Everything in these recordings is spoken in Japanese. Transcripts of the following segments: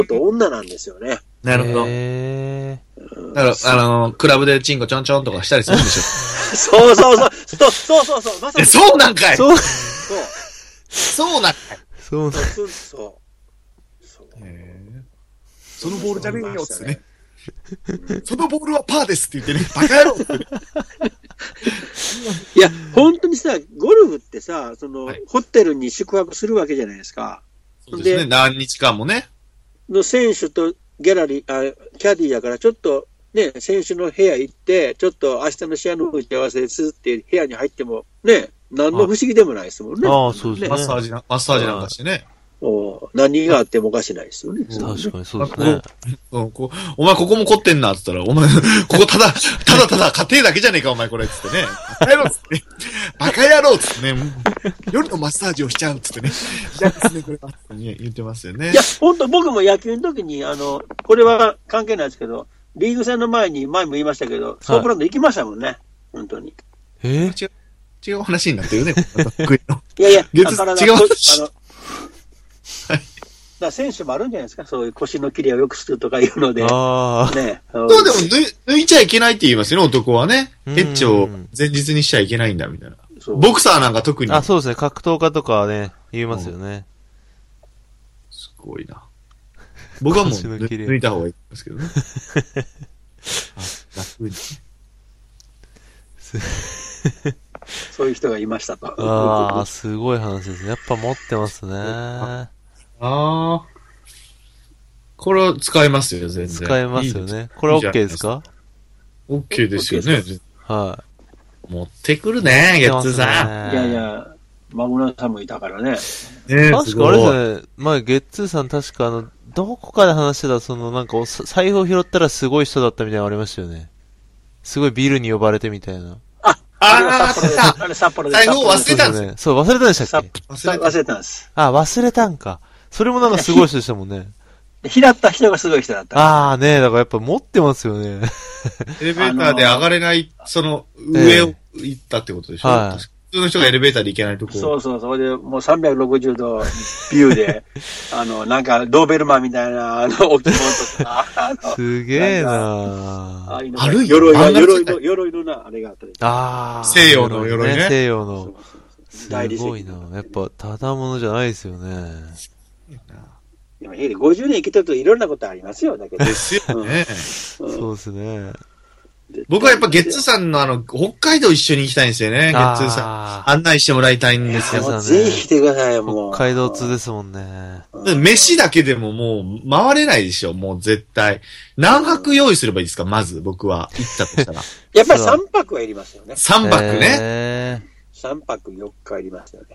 と女なんですよね。 なるほど。だから、クラブでチンコちょんちょんとかしたりするんでしょ。 そう。まさに。 そうなんかい。 そうなんかい。 そう。 そのボールじゃねえよっつってね。そのボールはパーですって言ってね、バカ野郎って。 いや、本当にさ、ゴルフってさ、 はい、 ホテルに宿泊するわけじゃないですか。 そうですね、何日間もね。 の選手とギャラリー、キャディーだからちょっとね、選手の部屋行って、ちょっと明日の試合の打ち合わせですって部屋に入っても、ね、何の不思議でもないですもんね。 そうですね。 マッサージなんかしてね。 何があってもおかしないですよね。 確かにそうですね。 お前ここも凝ってんなって言ったら、お前、ここただ家庭だけじゃねえかお前これっつってね。バカ野郎っつってね。夜のマッサージをしちゃうっつってね。嫌ですね、これは。言ってますよね。 いや、本当僕も野球の時に、これは関係ないですけど、リーグ戦の前も言いましたけど、ソープランド行きましたもんね。本当に。 違う話になってるね。 いや、 違う話。 選手もあるんじゃないですか、そういう腰のキレを良くするとかいうので。ね。 そうでも抜いちゃいけないって言いますよね、男はね。ヘッチを前日にしちゃいけないんだみたいな。ボクサーなんか特に。 そうですね、格闘家とかはね、言いますよね。 すごいな。僕はもう抜いた方がいいですけどね。楽に。 そういう人がいましたと。 すごい話ですね。やっぱ持ってますね。 これは使えますよ、全然。 使えますよね。これ OK ですか？ OK ですよね。 はい。 持ってくるね、ゲッツーさん。いや、マグナさんもいたからね。 確かあれですね、前ゲッツーさん確かどこかで話してた、なんか財布を拾ったらすごい人だったみたいなのありましたよね。すごいビルに呼ばれてみたいな。 あれ札幌で。 財布を忘れたんですね。 そう、忘れたんでしたっけ？ 忘れたんです。 忘れたんか。それもなんかすごい人でしたもんね。 拾った人がすごい人だった。 だからやっぱ持ってますよね。 エレベーターで上がれない、上を行ったってことでしょ？普通の人がエレベーターで行けないとこ。 そう。それで、もう360度ビューで、なんか、ドーベルマンみたいな、置物とか。 すげえなある鎧のな、あれがあったり。 西洋の鎧ね。 西洋の。すごいな。やっぱ、ただものじゃないですよね。 でも50年生きてるといろんなことありますよ、だけど。 ですよね。 そうですね。 僕はやっぱゲッツーさんの北海道一緒に行きたいんですよね。ゲッツーさん。案内してもらいたいんですよ。 ぜひ来てください、もう。北海道通ですもんね。 飯だけでももう回れないでしょ、もう絶対。何泊用意すればいいですか、まず僕は。行ったとしたら。 やっぱり3泊はいりますよね。 3泊ね。 3泊4日いりますよね。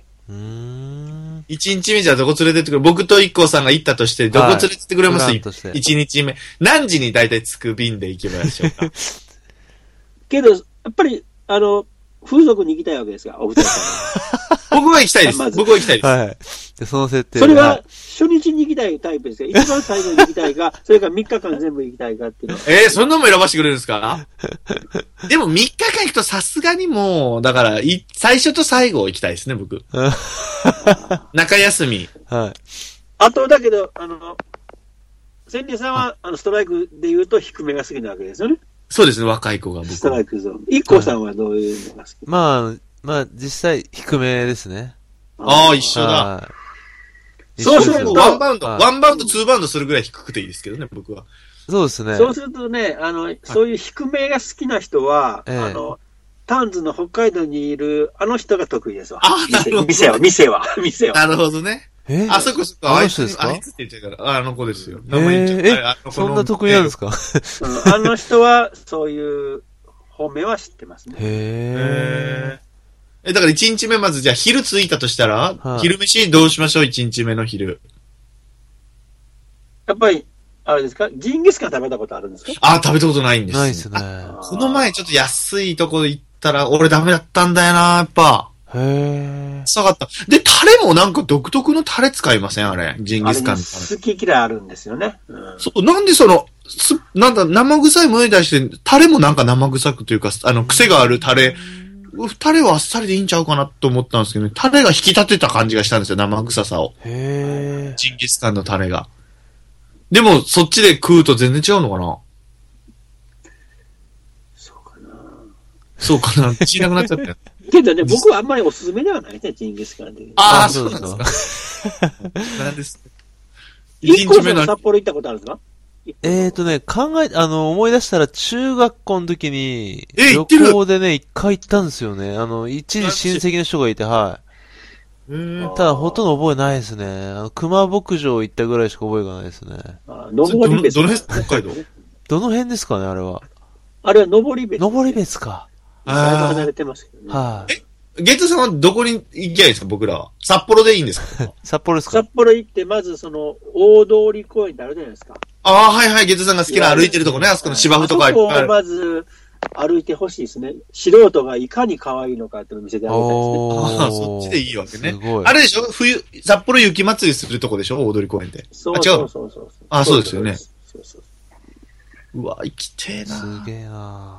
1日目じゃあどこ連れてってくれ、僕と IKKO さんが行ったとして、どこ連れてってくれます？ 1 日目。何時に大体着く便で行けばいいでしょうか。 けど、やっぱり、風俗に行きたいわけですが、お二人さん。僕は行きたいです。僕は行きたいです。 はい。で、その設定。 それは、初日に行きたいタイプですが、一番最後に行きたいか、それから3日間全部行きたいかっていうの。 そんなのも選ばしてくれるんですか？でも3日間行くとさすがにもう、だから、最初と最後行きたいですね、僕。中休み。 はい。 あと、だけど、千里さんは、ストライクで言うと低めが好きなわけですよね。 そうですね、若い子が僕は。 ストライクゾーン。IKKOさんはどういうのが好き？ まあ、実際、低めですね。 一緒だ。 そうすると、 ワンバウンド、ツーバウンドするぐらい低くていいですけどね、僕は。 そうですね。 そうするとね、そういう低めが好きな人は、ターンズの北海道にいるあの人が得意ですわ。店は。 なるほどね。そこ。 あの人ですか？ あいつって言っちゃうから、あの子ですよ。 そんな得意なんですか？ あの人は、そういう本命は知ってますね。 だから1日目まずじゃあ昼着いたとしたら、昼飯どうしましょう、1日目の昼。 やっぱり、あれですか？ジンギスカン食べたことあるんですか？ 食べたことないんです。 ないですね。 この前ちょっと安いとこ行ったら、俺ダメだったんだよな、やっぱ。臭かった。で、タレもなんか独特のタレ使いません？あれ。ジンギスカンのタレ。 好き嫌いあるんですよね。 なんでなんだ、生臭いものに対して、タレもなんか生臭くというか、癖があるタレ。タレはあっさりでいいんちゃうかなと思ったんですけどね。タレが引き立てた感じがしたんですよ、生臭さを。ジンギスカンのタレが。 でも、そっちで食うと全然違うのかな？そうかな血なくなっちゃったよ。 けどね、僕はあんまりおすすめではないですね、ジンギスカンで。 ああ、そうなんですか。なんですか。 一個の札幌行ったことあるんですか？ 思い出したら中学校の時に、旅行でね、一回行ったんですよね。一時親戚の人がいて、はい。ただ、ほとんど覚えないですね。熊牧場行ったぐらいしか覚えがないですね。 登別。 どの辺北海道どの辺ですかね、あれは。 あれは登別。 登別か。 だいぶ離れてますけどね。 はい。 ゲッツさんはどこに行きゃいいですか、僕らは。札幌でいいんですか？ 札幌ですか？ 札幌行って、まず大通公園ってあるじゃないですか。 ああ、はいはい、ゲッツさんが好きな歩いてるとこね、あそこの芝生とかいっぱいある。 そこをまず歩いてほしいですね。素人がいかに可愛いのかっていうのを見せてあげたいですね。 ああ、そっちでいいわけね。 すごい。 あれでしょ？札幌雪祭りするとこでしょ？大通公園で。 そうそうそうそう。 あ、そうですよね。うわ、行きてえな。 すげえな。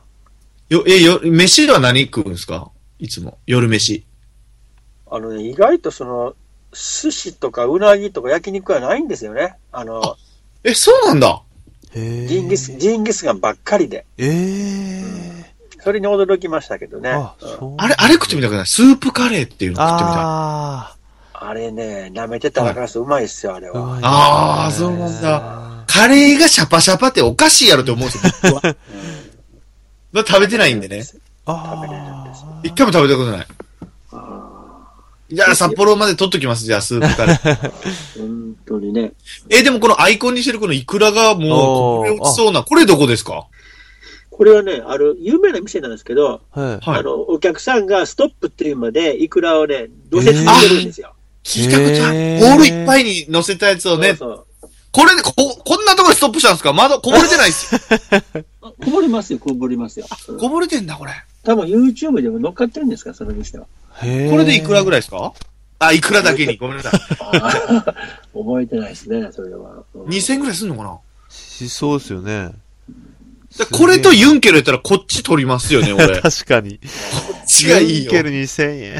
飯は何食うんですか？いつも。夜飯。 意外と寿司とかうなぎとか焼肉はないんですよね。 そうなんだ。 ジンギスカンばっかりで。それに驚きましたけどね。 あれ食ってみたくない？スープカレーっていうの食ってみたい。 あれね、舐めてたらからすうまいっすよ、あれは。 ああ、そうなんだ。カレーがシャパシャパっておかしいやろって思うんですよ、僕は。食べてないんでね。 食べれるんです。 一回も食べたことない。じゃあ、札幌まで取っときます、じゃあ、スープカレー。 本当にね。 でもこのアイコンにしてるこのイクラがもう、これ落ちそうな。これどこですか？ これはね、有名な店なんですけど、 はい。 お客さんがストップっていうまでイクラをね、乗せ続けるんですよ。 聞いたことある。ボールいっぱいに乗せたやつをね。これで、こんなところでストップしたんですか？まだこぼれてないっすよ。 こぼれますよ、こぼれますよ。 こぼれてんだ、これ。 多分 YouTube でも乗っかってるんですか、その店は。 これでいくらぐらいですか？いくらだけに。ごめんなさい。 覚えてないですね、それは。 2000円ぐらいすんのかな？ しそうですよね。 これとユンケルやったらこっち取りますよね、俺。 確かに。こっちがいいよ。 ユンケル2000円。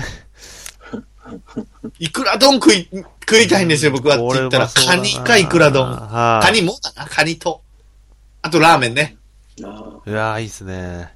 いくら丼食いたいんですよ、僕はって言ったら。カニかいくら丼。カニもだな、カニと。あとラーメンね。 いやー、いいっすね。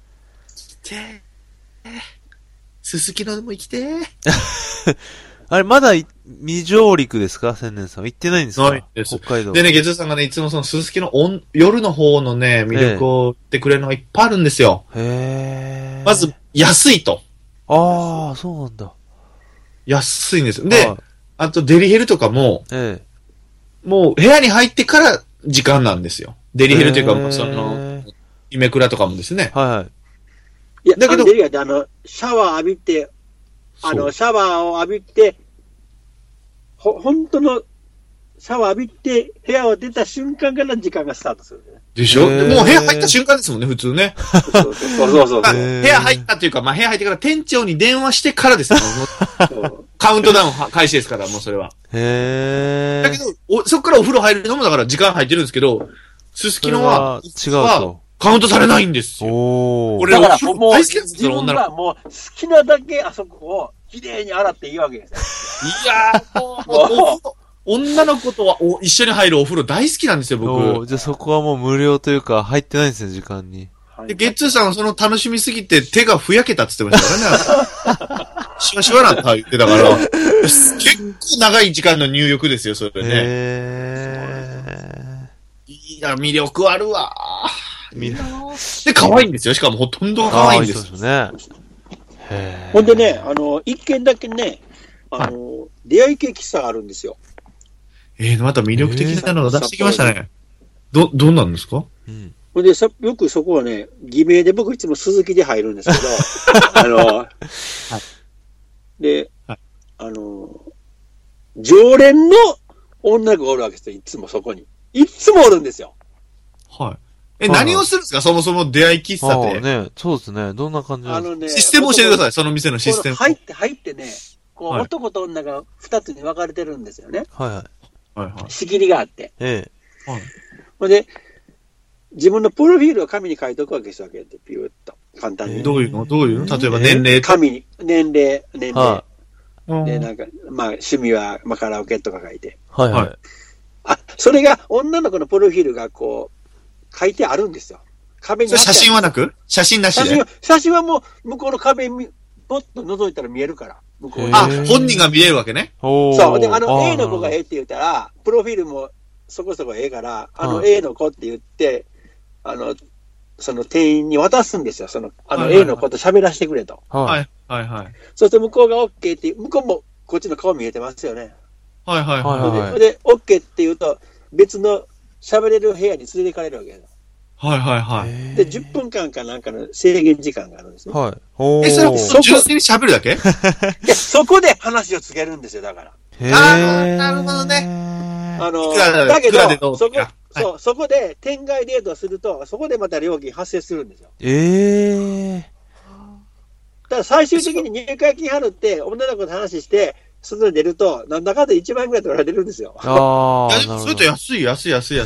すすきのでも行きてあれ、まだ未上陸ですか？千年さん。行ってないんですか？ ないです。 北海道。 でね、ゲツさんがね、いつもそのすすきの夜の方のね、魅力を言ってくれるのがいっぱいあるんですよ。まず、安いと。 ああ、そうなんだ。 安いんです。で、あとデリヘルとかも、もう部屋に入ってから時間なんですよ。デリヘルというか、イメクラとかもですね。 はいはい。 いや、だけど、シャワー浴びて、シャワーを浴びて、本当のシャワー浴びて、部屋を出た瞬間から時間がスタートする、ね。 でしょ？もう部屋入った瞬間ですもんね、普通ね。 そう。 部屋入ったというか、部屋入ってから店長に電話してからですよ。カウントダウン開始ですから、もうそれは。だけど、そっからお風呂入るのもだから時間入ってるんですけど、すすきのは、 違うと。 カウントされないんですよ。俺、 だからもう、自分がもう好きなだけあそこをきれいに洗っていいわけですよ。いやー、もう、女の子とは一緒に入るお風呂大好きなんですよ、僕。 じゃあそこはもう無料というか、入ってないんですね、時間に。 で、ゲッツーさんはその楽しみすぎて手がふやけたって言ってましたからね。シワシワなんて言ってたから、結構長い時間の入浴ですよ、それね。いや、魅力あるわで、可愛いんですよ。しかもほとんど可愛いんですよ。 ほんでね、一軒だけね、出会い系喫茶があるんですよ。 また魅力的なのを出してきましたね。どんなんですか？ ほんでよくそこはね、偽名で僕いつも鈴木で入るんですけど、で、常連の女がおるわけですよ、いつもそこに。いつもおるんですよ。 はい。何をするんですか？そもそも出会い喫茶で。 ね、そうですね。どんな感じなんですか？ システム教えてください、その店のシステム。 入ってね、こう、男と女が二つに分かれてるんですよね。仕切りがあって。ほんで、自分のプロフィールを紙に書いておくわけですよ、ピューッと。簡単に。 どういうの例えば年齢紙に、年齢。で、なんか、趣味は、カラオケとか書いて。 それが女の子のプロフィールがこう、書いてあるんですよ。壁に。 写真はなく？写真なしで？ 写真はもう、向こうの壁に、ポッと覗いたら見えるから。向こうに。 本人が見えるわけね。 そう。で、A の子がって言ったら、プロフィールもそこそこから、A の子って言って、その店員に渡すんですよ。A の子と喋らせてくれと。 はい。 そうすると向こうが OK って、向こうもこっちの顔見えてますよね。 はい。 で、OK って言うと、別の喋れる部屋に連れて行かれるわけです。 はい。 で、10分間かなんかの制限時間があるんですね。 はい。 それは純粋に喋るだけ？ そこで話をつけるんですよ、だから。 なるほどね。 だけど、そこで天外デートをすると、そこでまた料金発生するんですよ。だから最終的に入会金払って、女の子と話して、外に出ると、なんだかで1万円くらい取られてるんですよ。 それと安い。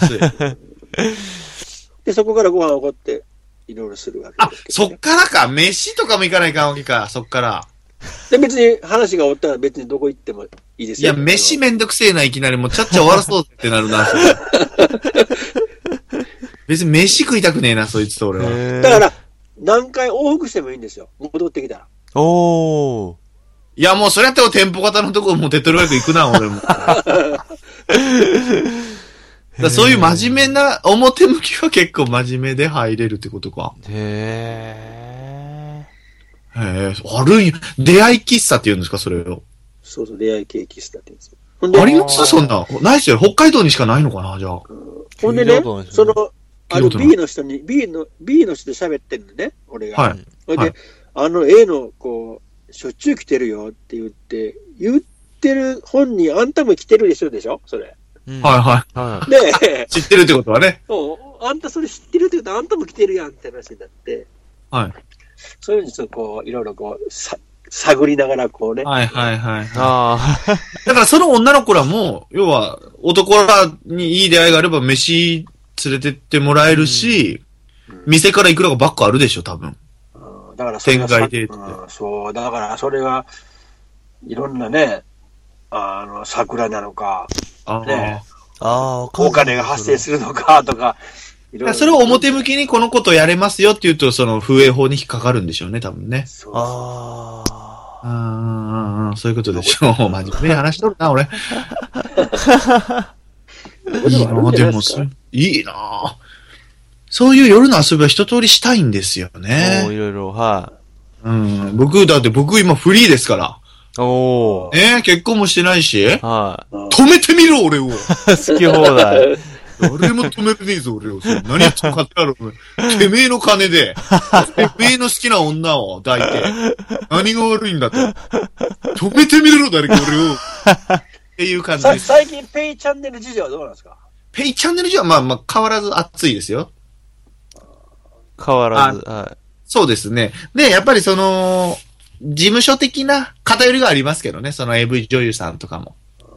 で、そこからご飯をおごって、いろいろするわけですけど、ね。そっからか。飯とかも行かないかんわけか。そっから。 で、別に話が終わったら別にどこ行ってもいいですよ。 いや、飯めんどくせえな、いきなり。もうちゃっちゃ終わらそうってなるな、それ。別に飯食いたくねえな、そいつと俺は。 だから、何回往復してもいいんですよ。戻ってきたら。 いや、もうそれやったら店舗型のとこも手っ取り早く行くな、俺も。そういう真面目な、表向きは結構真面目で入れるってことか。あるんや。出会い喫茶って言うんですか、それを。 そう、出会い系喫茶って言うんですよ。ありますそんな。ないっすよ。北海道にしかないのかな、じゃあ。 ほんでね、B の人に、B の人で喋ってるのね、俺が。ほんで、A の子、しょっちゅう来てるよって言ってる本人、あんたも来てるでしょそれ。で、 知ってるってことはね。 あんたそれ知ってるってことはあんたも来てるやんって話になって。そういうのにこう、いろいろこう、探りながらこうね。 だからその女の子らも、要は、男らにいい出会いがあれば飯連れてってもらえるし、店からいくらかばっかあるでしょ、多分。 だからそれがそう、だからそれが、いろんなね、桜なのか、ね、お金が発生するのかとか、 それを表向きにこのことやれますよって言うと、その風営法に引っかかるんでしょうね、多分ね。そういうことでしょう。真面目に話しとるな、俺。いいな、でも、いいな。そういう夜の遊びは一通りしたいんですよね。 いろいろ、はい。 僕今フリーですから。結婚もしてないし。止めてみろ、俺を。 好き放題。 誰も止めてねえぞ、俺を。何やっても勝手やろ、てめえの金で。てめえの好きな女を抱いて。何が悪いんだと。止めてみろ、誰か俺を。っていう感じです。 最近ペイチャンネル事情はどうなんですか？ ペイチャンネル事情はまあ変わらず熱いですよ。 変わらず。はい。 そうですね。で、やっぱり事務所的な偏りがありますけどね、その AV 女優さんとかも。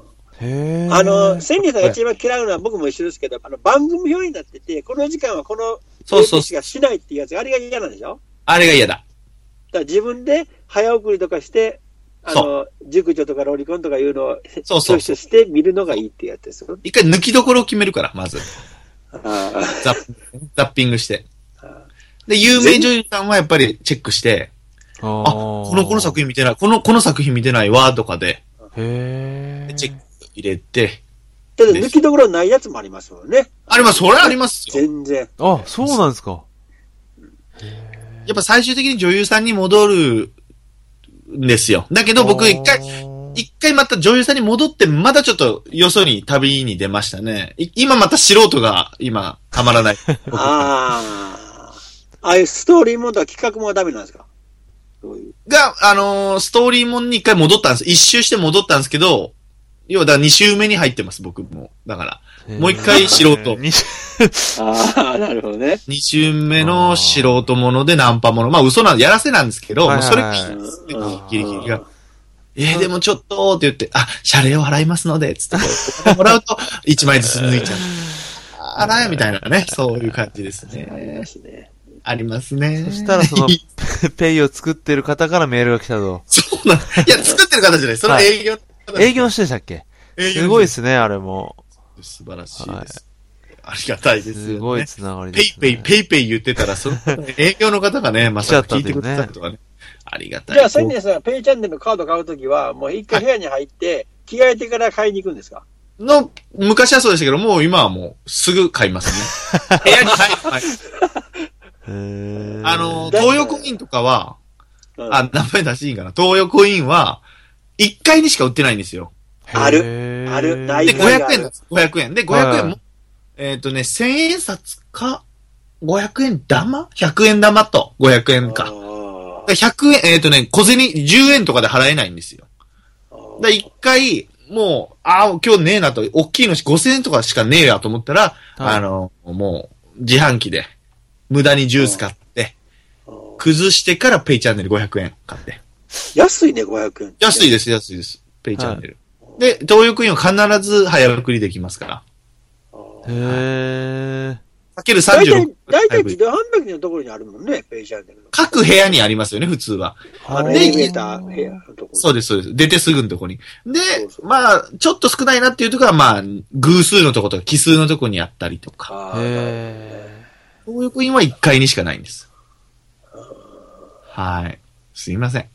千里さんが一番嫌うのは僕も一緒ですけど、番組表になってて、この時間はこの AV しかしないっていうやつ、あれが嫌なんでしょ？ あれが嫌だ。だから自分で早送りとかして、熟女とかロリコンとかいうのを、チョイスして見るのがいいっていうやつですよ。 一回抜きどころを決めるから、まず。ザッピングして。で、有名女優さんはやっぱりチェックして、この作品見てない、この作品見てないわ、とかで、チェック入れて。 ただ抜きどころないやつもありますもんね。 あります、それありますよ。 全然。 そうなんですか。 やっぱ最終的に女優さんに戻るんですよ。だけど僕一回また女優さんに戻って、またちょっとよそに旅に出ましたね。今また素人が今たまらない。 ああいうストーリーもんとか企画もダメなんですか？ ストーリーもんに一回戻ったんです。一周して戻ったんですけど、要は2周目に入ってます、僕も。だから、もう一回素人。 なるほどね。 2周目の素人ものでナンパもの。まあ嘘やらせなんですけど、それギリギリが。でもちょっとって言って、謝礼を払いますので、つってもらうと、1枚ずつ抜いちゃう。あらみたいなね、そういう感じですね。ありますね。 そしたらペイを作ってる方からメールが来たと。 そうなんいや、作ってる方じゃない。その営業。 営業してたっけ？すごいですね、あれも。 素晴らしいです。はい、ありがたいですよね。 すごいつながりですね。 ペイペイ言ってたら、その営業の方がね、まさか聞いてくださるとはね。ありがたい。 じゃあ、千年さん、ペイチャンネルのカード買うときは、もう一回部屋に入って、着替えてから買いに行くんですか？ 昔はそうでしたけど、もう今はもうすぐ買いますね。部屋に入る。東横インとかは、名前出していいかな。東横インは、1階にしか売ってないんですよ。 ある。 で、500円です。500円。で、500円も、1000円札か、500円玉 ?100 円玉と500円か。100円、小銭10円とかで払えないんですよ。1回、もう、今日ねえなと、大きいの5000円とかしかねえやと思ったら、もう、自販機で、無駄にジュース買って、崩してからペイチャンネル500円買って。 安いね、500円。 安いです。ペイチャンネル。で、東横インは必ず早送りできますから。 へー。 かける36。 大体自動販売機のところにあるもんね、ペイチャンネル。 各部屋にありますよね、普通は。 エレベーター部屋のところ。 そうです。出てすぐのところに。で、まあ、ちょっと少ないなっていうところは、まあ、偶数のところとか奇数のところにあったりとか。東横インは1階にしかないんです。はい。すいません。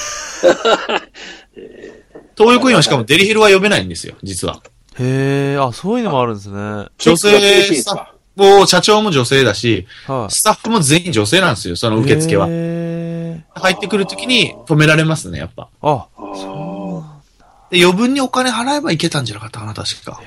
東横インはしかもデリヘルは呼べないんですよ、実は。 へー、そういうのもあるんですね。 女性スタッフ、社長も女性だし、スタッフも全員女性なんですよ、その受付は。入ってくるときに止められますね、やっぱ。で、余分にお金払えばいけたんじゃなかったかな、確か。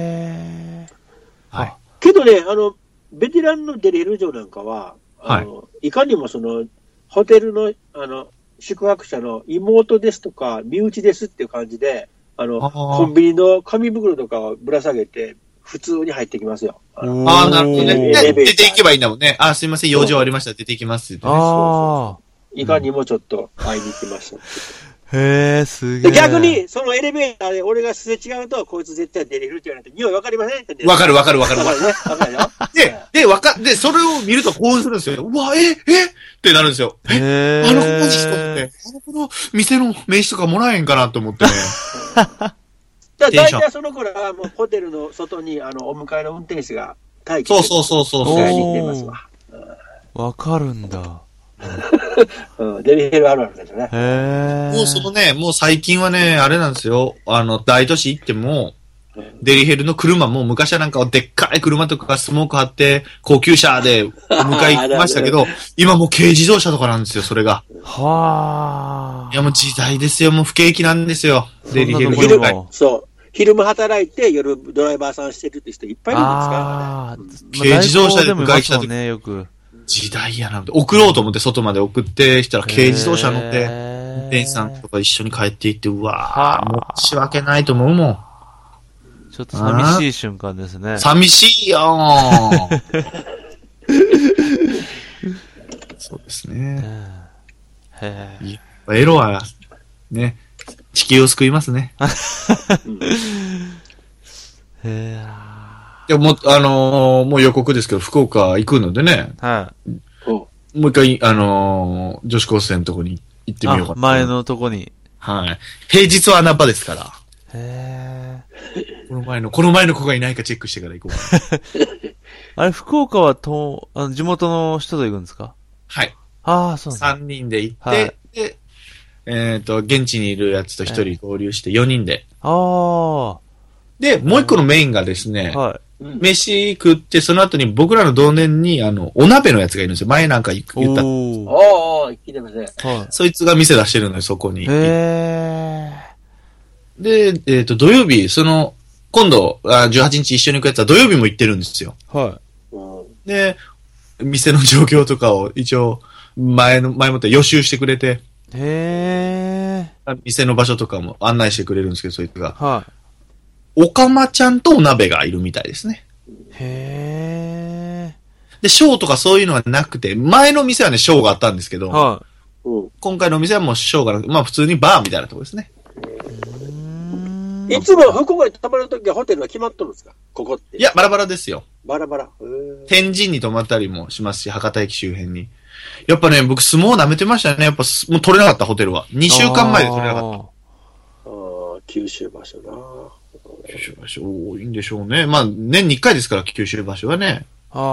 はい。けどね、ベテランのデリヘル嬢なんかは、いかにもその、ホテルの、宿泊者の妹ですとか、身内ですっていう感じで、コンビニの紙袋とかをぶら下げて、普通に入ってきますよ。 なるほどね。出ていけばいいんだもんね。すいません、用事終わりました。出ていきますって。 いかにもちょっと会いに行きました。 へー、すげえ。 逆に、そのエレベーターで俺がすれ違うと、こいつ絶対デリヘルって言われて、匂いわかりませんって。 わかる。で、それを見ると興奮するんですよ。うわ、ってなるんですよ。子マジ人って、子の店の名刺とかもらえへんかなと思ってね。 大体その頃はもうホテルの外にお迎えの運転手が待機してますわ。 わかるんだ。 デリヘルあるあるですね。 もう最近はね、あれなんですよ。大都市行っても、デリヘルの車も昔はなんかでっかい車とかスモーク貼って高級車で迎え行きましたけど、今もう軽自動車とかなんですよ、それが。いやもう時代ですよ、もう不景気なんですよ。デリヘル業界。 そう。昼間働いて夜ドライバーさんしてるって人いっぱいいるんですからね。 軽自動車で迎え来た時。 ね、よく。 時代やな。送ろうと思って外まで送ってきたら軽自動車乗って、運転手さんとか一緒に帰っていって、うわぁ、申し訳ないと思うもん。 ちょっと寂しい瞬間ですね。 寂しいよー。そうですね。エロは、ね、地球を救いますね。いや、もう予告ですけど、福岡行くのでね。もう一回、女子高生のとこに行ってみようかな。 前のとこに。 平日は穴場ですから。この前の子がいないかチェックしてから行こうあれ、福岡は地元の人と行くんですか？ はい。 そうなんだ。 3人で行って、で、現地にいるやつと1人合流して4人で。で、もう一個のメインがですね、飯食って、その後に僕らの同年に、お鍋のやつがいるんですよ。前なんか言った。 聞いてますね。 そいつが店出してるのよ、そこに。で、土曜日、今度、18日一緒に行くやつは土曜日も行ってるんですよ。で、店の状況とかを一応、前もって予習してくれて、店の場所とかも案内してくれるんですけど、そいつが。おかまちゃんとお鍋がいるみたいですね。で、ショーとかそういうのはなくて、前の店はね、ショーがあったんですけど、今回の店はもうショーがなくて、まあ普通にバーみたいなところですね。 いつも福岡に泊まるときはホテルは決まっとるんですか？ここって。 いや、バラバラですよ。 バラバラ。 天神に泊まったりもしますし、博多駅周辺に。やっぱね、僕相撲舐めてましたね。やっぱもう取れなかったホテルは。2週間前で取れなかった。 九州場所な。 九州場所多いんでしょうね。まあ、年に1回ですから、九州場所はね。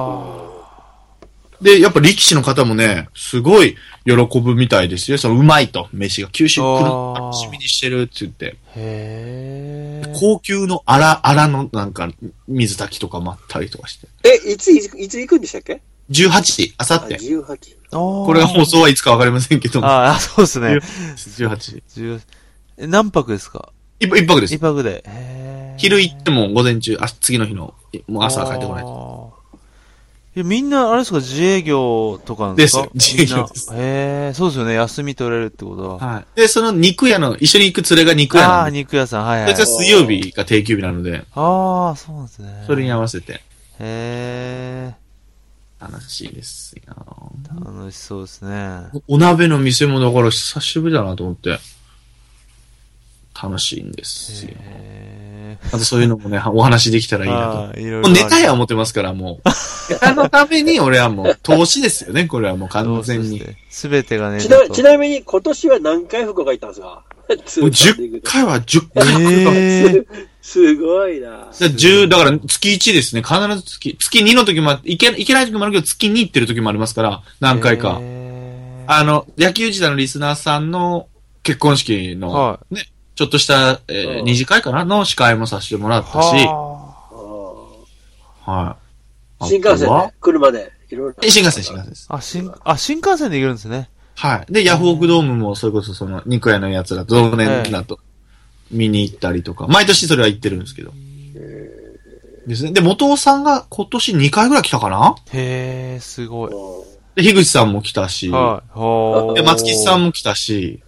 で、やっぱ力士の方もね、すごい喜ぶみたいですよ。そのうまいと、飯が。九州来るの楽しみにしてるって言って。高級のあらのなんか、水炊きとかもあったりとかして。 いつ行くんでしたっけ？ 18、あさって。 18。 これが放送はいつかわかりませんけど。 そうですね。 18。 何泊ですか ？1泊です。 1泊で。 昼行っても午前中、次の日の、もう朝帰ってこないと。 みんな、あれですか、自営業とかなんですか？ 自営業です。 そうですよね。休み取れるってことは。 はい。で、その肉屋の、一緒に行く連れが肉屋なんで。 肉屋さん、はいはい。 それが水曜日が定休日なので。 そうなんですね。 それに合わせて。 楽しいですよ。 楽しそうですね。 お鍋の店もだから久しぶりだなと思って。楽しいんですよ。またそういうのもね、お話できたらいいなと。もうネタや思ってますから、もう。ネタのために俺はもう投資ですよね、これはもう完全に。 すべてがね。 ちなみに今年は何回福岡行ったんですか ？10回は10回。 すごいな。 だから月1ですね。必ず月2の時も行けない時もあるけど、月2行ってる時もありますから、何回か。野球時代のリスナーさんの結婚式の、ね、ちょっとした、二次会かなの司会もさせてもらったし、はい。 新幹線で車でいろいろ。 新幹線です。 新幹線で行けるんですね。 はい。で、ヤフオクドームもそれこそその肉屋のやつらと同年だと見に行ったりとか、毎年それは行ってるんですけど。ですね。で、元尾さんが今年2回ぐらい来たかな？ すごい。 で、樋口さんも来たし、で、松吉さんも来たし、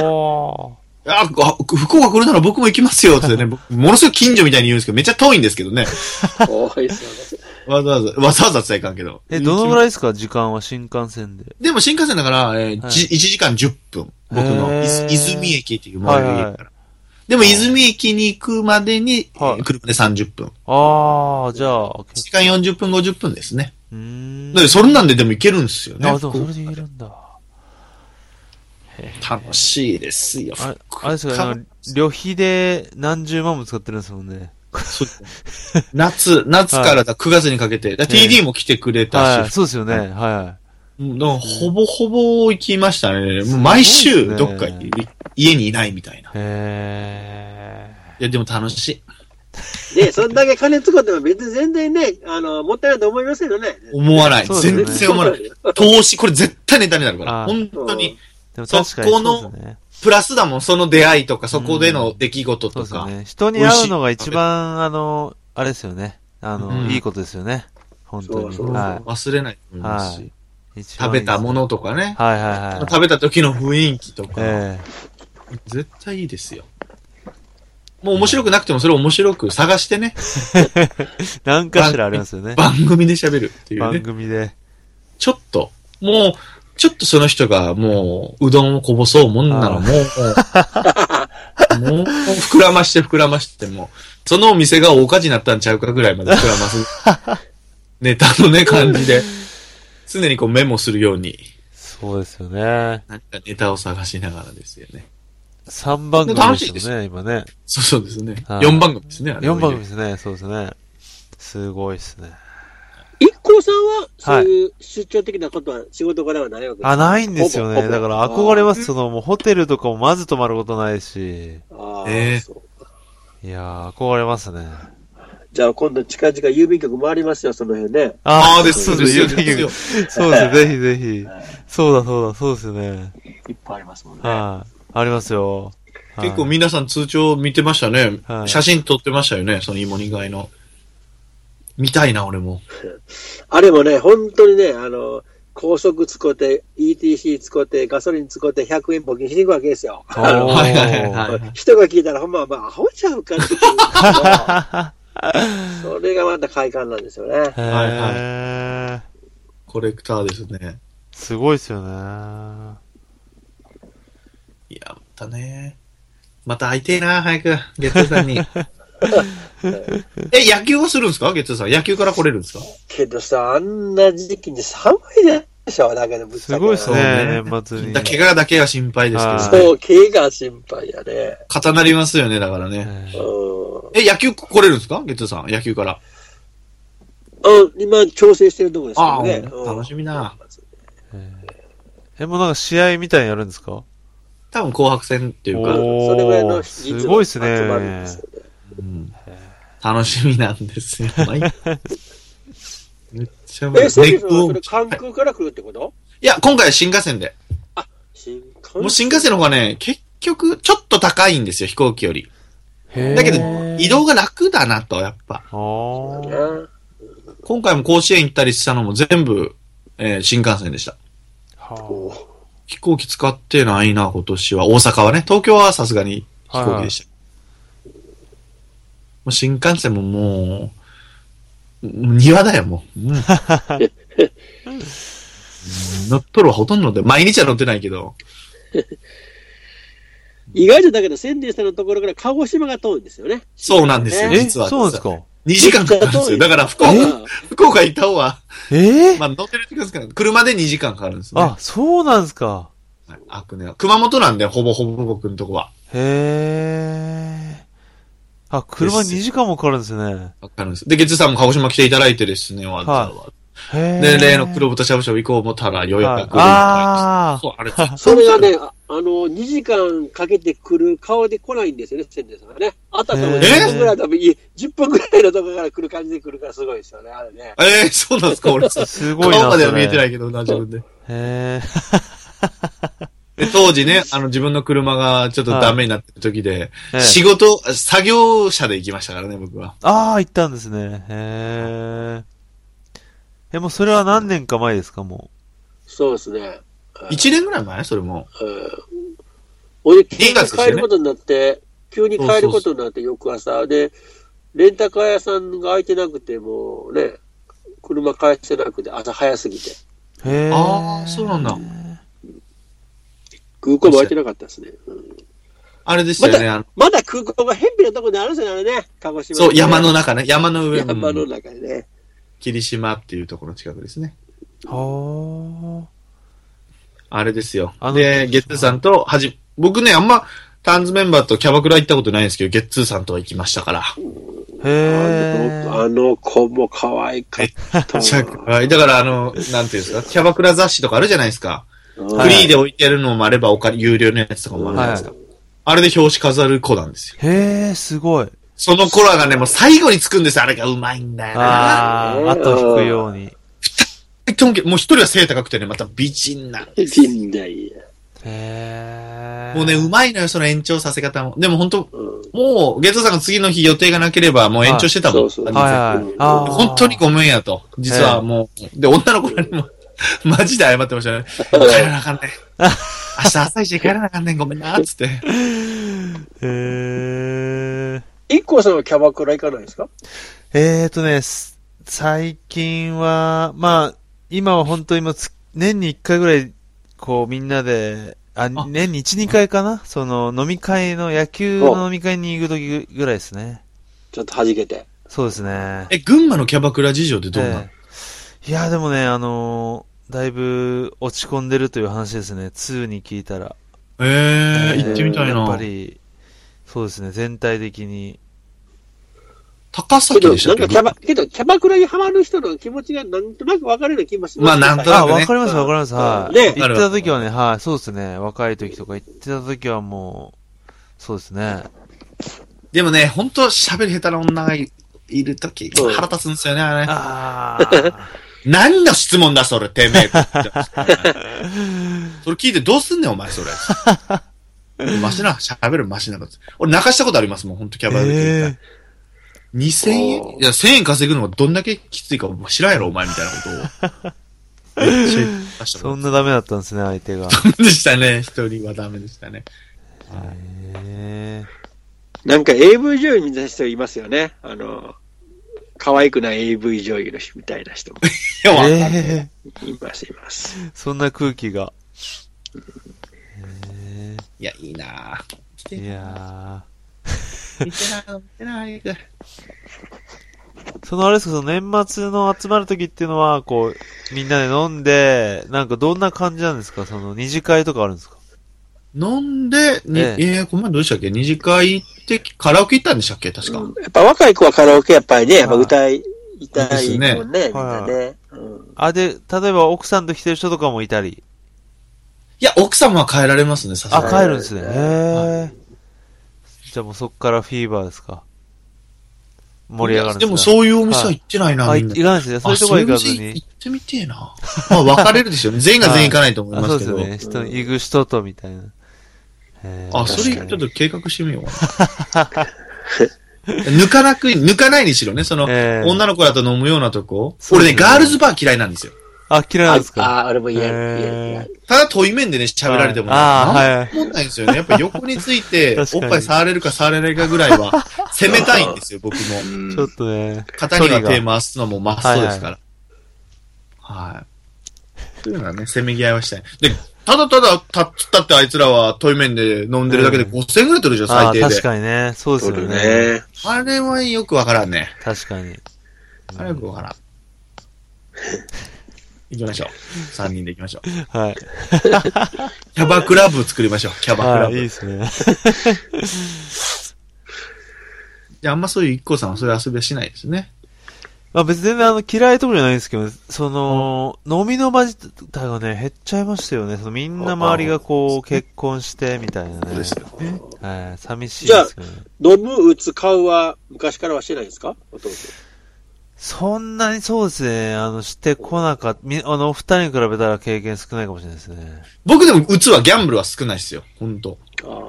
福岡来るなら僕も行きますよってね、ものすごい近所みたいに言うんですけど、めっちゃ遠いんですけどね。 遠いですよね。 わざわざ伝えかんけど。 どのぐらいですか時間は新幹線で。 でも新幹線だから、1時間10分。僕の泉駅っていう最寄り駅から。でも泉駅に行くまでに、車で30分。 じゃあ。 1時間40分50分ですね。だってそれなんででも行けるんですよね。 でもそれで行けるんだ。 楽しいですよ。 あれですか、旅費で何十万も使ってるんですもんね。 夏から9月にかけて、TD も来てくれたし。 そうですよね。はい。 ほぼほぼ行きましたね。もう毎週どっか家にいないみたいな。いや、でも楽しい。 で、そんだけ金使っても別に全然ね、もったいないと思いませんよね。 思わない。全然思わない。投資、これ絶対ネタになるから。本当に。そこの、プラスだもん、その出会いとか、そこでの出来事とか。 そうですね。人に会うのが一番、あれですよね。いいことですよね。本当に。 忘れないと思いますし。食べたものとかね。 はい。 食べた時の雰囲気とか。絶対いいですよ。もう面白くなくてもそれを面白く探してね。 何かしらありますよね。 番組で喋るっていうね。 番組で。 ちょっとその人がもう、うどんをこぼそうもんならもう膨らましても、そのお店が大火事になったんちゃうかぐらいまで膨らます。ネタのね、感じで。常にこうメモするように。 そうですよね。 なんかネタを探しながらですよね。 3番組ですよね、今ね。 そうですね。4番組ですね。 4番組ですね、そうですね。すごいですね。 一行さんは、そういう出張的なことは仕事からはないわけですか？ ないんですよね。だから憧れます。もうホテルとかもまず泊まることないし。いや憧れますね。 じゃあ今度近々郵便局回りますよ、その辺ね。 そうですよ。 そうです、ぜひぜひ。そうですね。 いっぱいありますもんね。 ありますよ。 結構皆さん通帳見てましたね。写真撮ってましたよね、その芋煮貝の。見たいな、俺も。 あれもね、本当にね、高速使って、ETC 使って、ガソリン使って100円募金しに行くわけですよ。人が聞いたらほんま、アホちゃうかってそれがまた快感なんですよね。 コレクターですね。 すごいですよね。 いや、またね。また会いてえな、早く、ゲットさんに。野球はするんですかゲッツーさん。野球から来れるんですか？ けどさ、あんな時期に寒いじゃないしょ、だけど、ぶっちゃけ。 すごいですね、年末に。 怪我だけが心配ですけどね。 そう、怪我心配やね。 固なりますよね、だからね。野球来れるんですかゲッツーさん、野球から。 今、調整してるところですけどね。楽しみな。 もうなんか試合みたいにやるんですか？ 多分紅白戦っていうか。 それぐらいのすごいですね。 楽しみなんですよ。めっちゃそれ関空から来るってこと？ いや、今回は新幹線で。もう新幹線の方がね、結局、ちょっと高いんですよ、飛行機より。だけど、移動が楽だなと、やっぱ。今回も甲子園行ったりしたのも全部、新幹線でした。飛行機使ってないな、今年は。大阪はね。東京はさすがに飛行機でした。もう新幹線ももう、庭だよ、もう。乗っとるはほとんどで、毎日は乗ってないけど。 意外とだけど、千年さんのところから鹿児島が遠いんですよね。 そうなんですよ、実は。 そうなんですか。 2時間かかるんですよ。だから福岡行った方は、まあ乗ってる時間ですから、車で2時間かかるんですね。 あ、そうなんですか。 熊本なんで、ほぼほぼ僕のとこは。 車2時間もかかるんですね。 かかるんです。で、月さんも鹿児島来ていただいてですね、わざわざ。で、例の黒豚しゃぶしゃぶ行こう思ったら、ようやく来る。そう、あれ。 それがね、2時間かけて来る顔で来ないんですよね、千年さんがね。あたさんも10分ぐらい10分ぐらいのところから来る感じで来るからすごいですよね、あれね。 そうなんですか、俺。 すごいな。 顔までは見えてないけどな、自分で。で、当時ね、自分の車がちょっとダメになってる時で、作業車で行きましたからね、僕は。 行ったんですね。もうそれは何年か前ですか、もう。そうですね。 1年ぐらい前それも。 俺、急に帰ることになって、翌朝で、レンタカー屋さんが空いてなくて、もうね、車返せなくて、朝早すぎて。 そうなんだ。 空港も空いてなかったですね。 あれでしたよね。 まだ空港が偏僻なところにあるんですよね、鹿児島。 そう、山の中ね。山の上。 山の中でね。 霧島っていうところの近くですね。あれですよ。で、ゲッツーさんと、僕ね、あんま、ターンズメンバーとキャバクラ行ったことないんですけど、ゲッツーさんとは行きましたから。 あの子も可愛かった。 だから、なんていうんですか、キャバクラ雑誌とかあるじゃないですか。フリーで置いてるのもあれば、有料のやつとかもあるじゃないですか。あれで表紙飾る子なんですよ。すごい。 その子らがね、もう最後につくんですよ。あれがうまいんだよな。 後引くように。 もう一人は背高くてね、また美人なんです。 美人だいや。もうね、うまいのよ、その延長させ方も。でも本当、もう、ゲットさんが次の日予定がなければ、もう延長してたもん。本当にごめんやと。実はもう、で、女の子らにも、マジで謝ってましたね。帰らなあかんねん。明日朝一で帰らなあかんねん、ごめんな、つって。 一個さんはキャバクラ行かないですか？ 最近は、まあ、今は本当に年に1回ぐらい、こうみんなで、年に1、2回かな？飲み会の、野球の飲み会に行くときぐらいですね。 ちょっと弾けて。 そうですね。 群馬のキャバクラ事情ってどうなの？ いや、でもね、だいぶ落ち込んでるという話ですね。2に聞いたら。 行ってみたいな。 やっぱり、そうですね、全体的に。 高崎でしたっけ？ キャバクラにハマる人の気持ちがなんとなく分かるような気もします。 まあ、なんとなくね。 わかります、わかります。はい。行ってた時はね、はい、そうですね。若い時とか行ってた時はもう、そうですね。 でもね、ほんと喋り下手な女がいる時、腹立つんですよね、あれ。何の質問だ、それ、てめえ。それ聞いてどうすんねん、お前、それ。マシな、喋るマシなの。俺泣かしたことありますもん、ほんとキャバクラで。2000円いや、1000円稼ぐのがどんだけきついか知らんやろ、お前みたいなことを。めっちゃ言いました。 そんなダメだったんですね、相手が。 そうでしたね、一人はダメでしたね。 なんか AV 女優みたいな人いますよね。可愛くない AV 女優の人みたいな人も。います。 そんな空気が。 いや、いいなぁ。 いやぁ。見てな、早く。 そのあれですか、その年末の集まる時っていうのは、こう、みんなで飲んで、なんかどんな感じなんですか？その二次会とかあるんですか？ 飲んで、この前どうしたっけ？二次会行ってカラオケ行ったんでしたっけ？確か。 やっぱ若い子はカラオケやっぱりね、やっぱ歌いたいもんね、みんなね。 で、例えば奥さんと来てる人とかもいたり。 いや、奥様は帰られますね、さすがに。 帰るんですね。へー。じゃあもうそっからフィーバーですか？盛り上がるんですか？ でもそういうお店は行ってないな、みんな。 行かないですね。そういうとこ行かずに。 行ってみてえな。まあ分かれるでしょうね。全員が全員行かないと思いますけど。 そうですね。行く人とみたいな。 それちょっと計画してみよう。抜かないにしろね、その、女の子だと飲むようなとこ。俺ね、ガールズバー嫌いなんですよ。 嫌いなんですか？ 俺も嫌い。 ただ遠い面でね、喋られてもね、なんもんないんですよね。やっぱ横について、おっぱい触れるか触れないかぐらいは、攻めたいんですよ、僕も。 ちょっとね。 肩には手回すのもマストですから。はい。そういうのはね、せめぎ合いはしたい。で、ただってあいつらは遠い面で飲んでるだけで5000円ぐらい取るじゃん、最低で。 確かにね。そうですよね。 あれはよくわからんね。 確かに。 あれはよくわからん。行きましょう。3人で行きましょう。 はい。 キャバクラブ作りましょう。キャバクラブ。 いいですね。 いや、あんまそういうIKKOさんはそういう遊びはしないですね。 別に全然嫌いとかじゃないんですけど、その、飲みの場自体がね、減っちゃいましたよね。そのみんな周りがこう、結婚してみたいなね。 そうですよね。 はい、寂しいですよね。 じゃあ、飲む、打つ、買うは昔からはしてないですか？弟。 そんなにそうですね、してこなかった。お二人に比べたら経験少ないかもしれないですね。 僕でも、打つはギャンブルは少ないですよ。ほんと。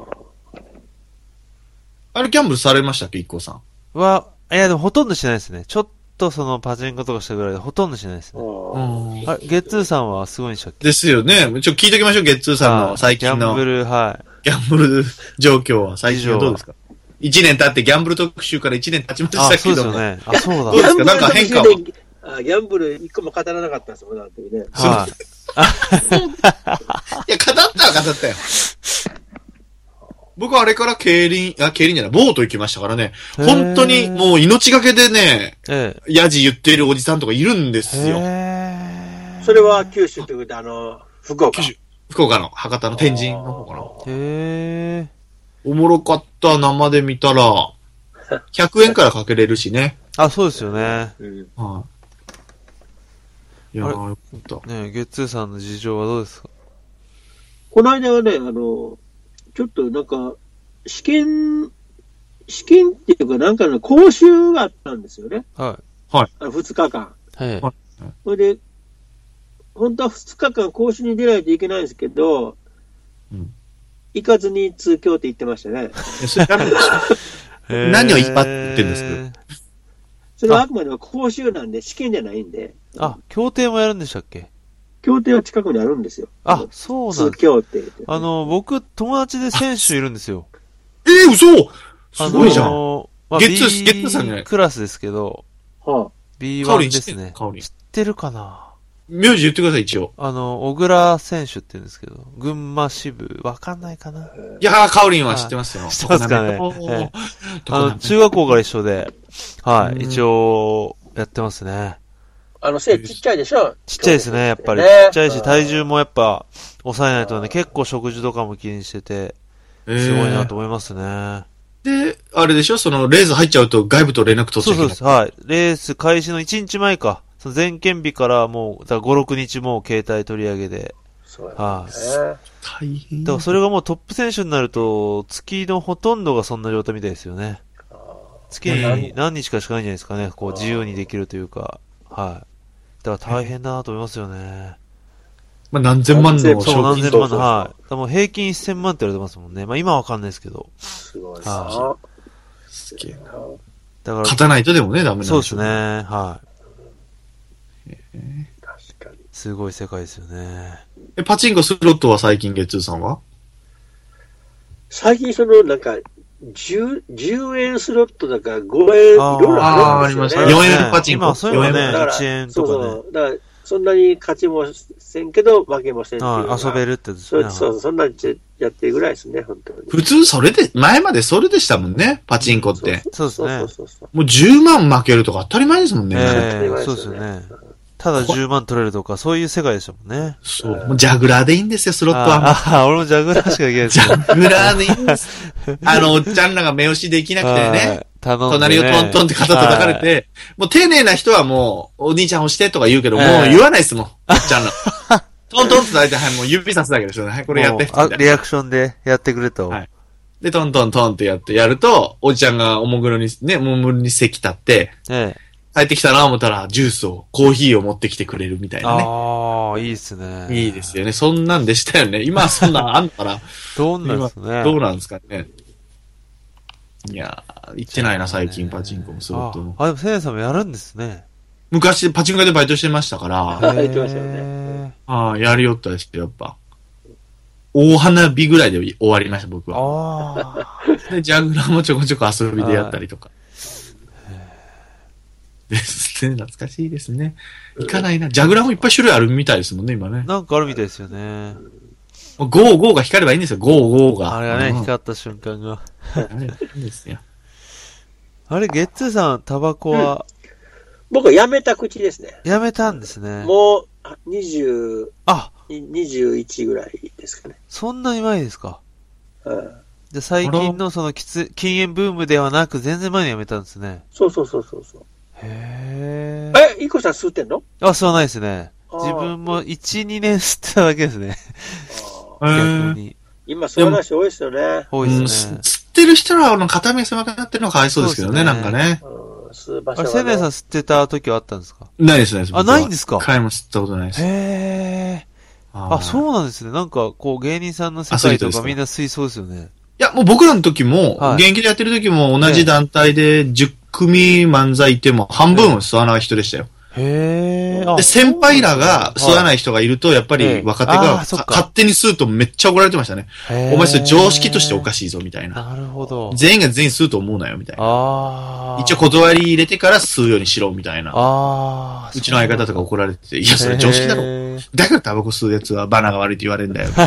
あれギャンブルされましたっけ、IKKOさん。 いやでもほとんどしないですね。ちょっとそのパチンコとかしたぐらいでほとんどしないですね。ゲッツーさんはすごいんでしたっけ？ ですよね。聞いときましょう、ゲッツーさんの最近の。 ギャンブル、 ギャンブル状況は最近はどうですか？1年経ってギャンブル特集から1年経ちましたけど。 そうですよね。そうだ。 どうですか？なんか変化は。 ギャンブル一個も語らなかったんですよ、なんてね。 いや、語ったよ。僕はあれから競輪じゃない、ボート行きましたからね。本当にもう命がけでね、ヤジ言っているおじさんとかいるんですよ。 それは九州ということで、福岡。 福岡の博多の天神の方かな。おもろかった、生で見たら。100円からかけれるしね。 そうですよね。 いやー、よかった。 ねゲッツーさんの事情はどうですか？ この間はね、ちょっとなんか、試験っていうかなんかの講習があったんですよね。 はい。 2日間。 はい。 それで、本当は2日間講習に出ないといけないんですけど、行かずに通教って言ってましたね。 それ誰でしょ？何を言ってんですか？ それはあくまでも講習なんで、試験じゃないんで。 協定もやるんでしたっけ？ 協定は近くにあるんですよ。 そうなんです。 通教って言って。 僕、友達で選手いるんですよ。 嘘！すごいじゃん。ゲッツーさんじゃない。 クラスですけど、B1 ですね。知ってるかな？ 名字言ってください、一応。 小倉選手って言うんですけど、群馬支部、わかんないかな？いやー、カオリンは知ってますよ。 知ってますかね。中学校から一緒で、一応、やってますね。 背ちっちゃいでしょ？ ちっちゃいですね、やっぱり。ちっちゃいし、体重もやっぱ、抑えないとね、結構食事とかも気にしてて、すごいなと思いますね。 で、あれでしょ？その、レース入っちゃうと外部と連絡取ってそうです。レース開始の1日前か。その前検日からもう、だから5、6日もう携帯取り上げで。 大変。だからそれがもうトップ選手になると、月のほとんどがそんな状態みたいですよね。月に何日かしかないんじゃないですかね。こう自由にできるというか。だから大変だなと思いますよね。 何千万の賞金。 そう、何千万の、もう平均1000万って言われてますもんね。今はわかんないですけど。 すごいな。 すげえな。だから、勝たないとでもね、ダメなんでしょ。 そうですね。 確かに。 すごい世界ですよね。 パチンコスロットは最近ゲッツーさんは？ 最近なんか、10円スロットだから5円、いろいろあるんですよね。 4円パチンコ。 今そういうのね、1円とかね。 だから、 そんなに勝ちもせんけど、負けもせんっていう。 遊べるってですね。そう、そんなにやってるぐらいですね、本当に。 普通それで、前までそれでしたもんね、パチンコって。 そうですね。 もう10万負けるとか当たり前ですもんね。 そうですよね。ただ10万取れるとか、そういう世界でしたもんね。 そう。もうジャグラーでいいんですよ、スロットは。 俺もジャグラーしかいけないです。 ジャグラーでいいんです。おっちゃんらが目押しできなくてね。隣をトントンって肩叩かれて、もう丁寧な人はもう、お兄ちゃん押してとか言うけど、もう言わないですもん、おっちゃんら。トントンって大体、はい、もう指さすだけですよね。はい、これやって。 リアクションでやってくれと。はい。 で、トントントンってやると、おじちゃんがおもぐろに席立って、帰ってきたな思ったら、ジュースを、コーヒーを持ってきてくれるみたいなね。 ああ、いいっすね。 いいですよね。そんなんでしたよね。今はそんなんあんから。 どうなんですね。 どうなんですかね。いやー、行ってないな、最近、パチンコもスロットも。 でも、せいさんもやるんですね。 昔、パチンコでバイトしてましたから。 やってましたよね。 やりよったですけど、やっぱ。大花火ぐらいで終わりました、僕は。で、ジャグラーもちょこちょこ遊びでやったりとか。ですね。懐かしいですね。行かないな。ジャグラーもいっぱい種類あるみたいですもんね、今ね。 なんかあるみたいですよね。 5が光ればいいんですよ、5が。 あれがね、光った瞬間が。 いいですよ。 あれ、ゲッツーさん、タバコは、 僕はやめた口ですね。 やめたんですね。 もう、21ぐらいですかね。 そんなに前ですか。で、最近のその禁煙ブームではなく、全然前にやめたんですね。 そう。 へイコさん吸ってんの？ 吸わないですね。自分も1、2年吸ってただけですね。逆に。 今、そういう話多いですよね。 多いですね。 吸ってる人らの肩身狭くなってるのがかわいそうですけどね、なんかね。 セネさん吸ってた時はあったんですか？ ないです。 ないんですか？ 一回も吸ったことないです。 へー。そうなんですね。なんか、こう、芸人さんの世界とかみんな吸いそうですよね。 いや、もう僕らの時も、現役でやってる時も同じ団体で10組漫才いても半分吸わない人でしたよ。 へー。 で、先輩らが吸わない人がいると、やっぱり若手が勝手に吸うとめっちゃ怒られてましたね。お前それ常識としておかしいぞ、みたいな。 なるほど。 全員が全員吸うと思うなよ、みたいな。一応断り入れてから吸うようにしろ、みたいな。うちの相方とか怒られてて、いや、それ常識だろ。だからタバコ吸うやつはバナが悪いって言われるんだよ。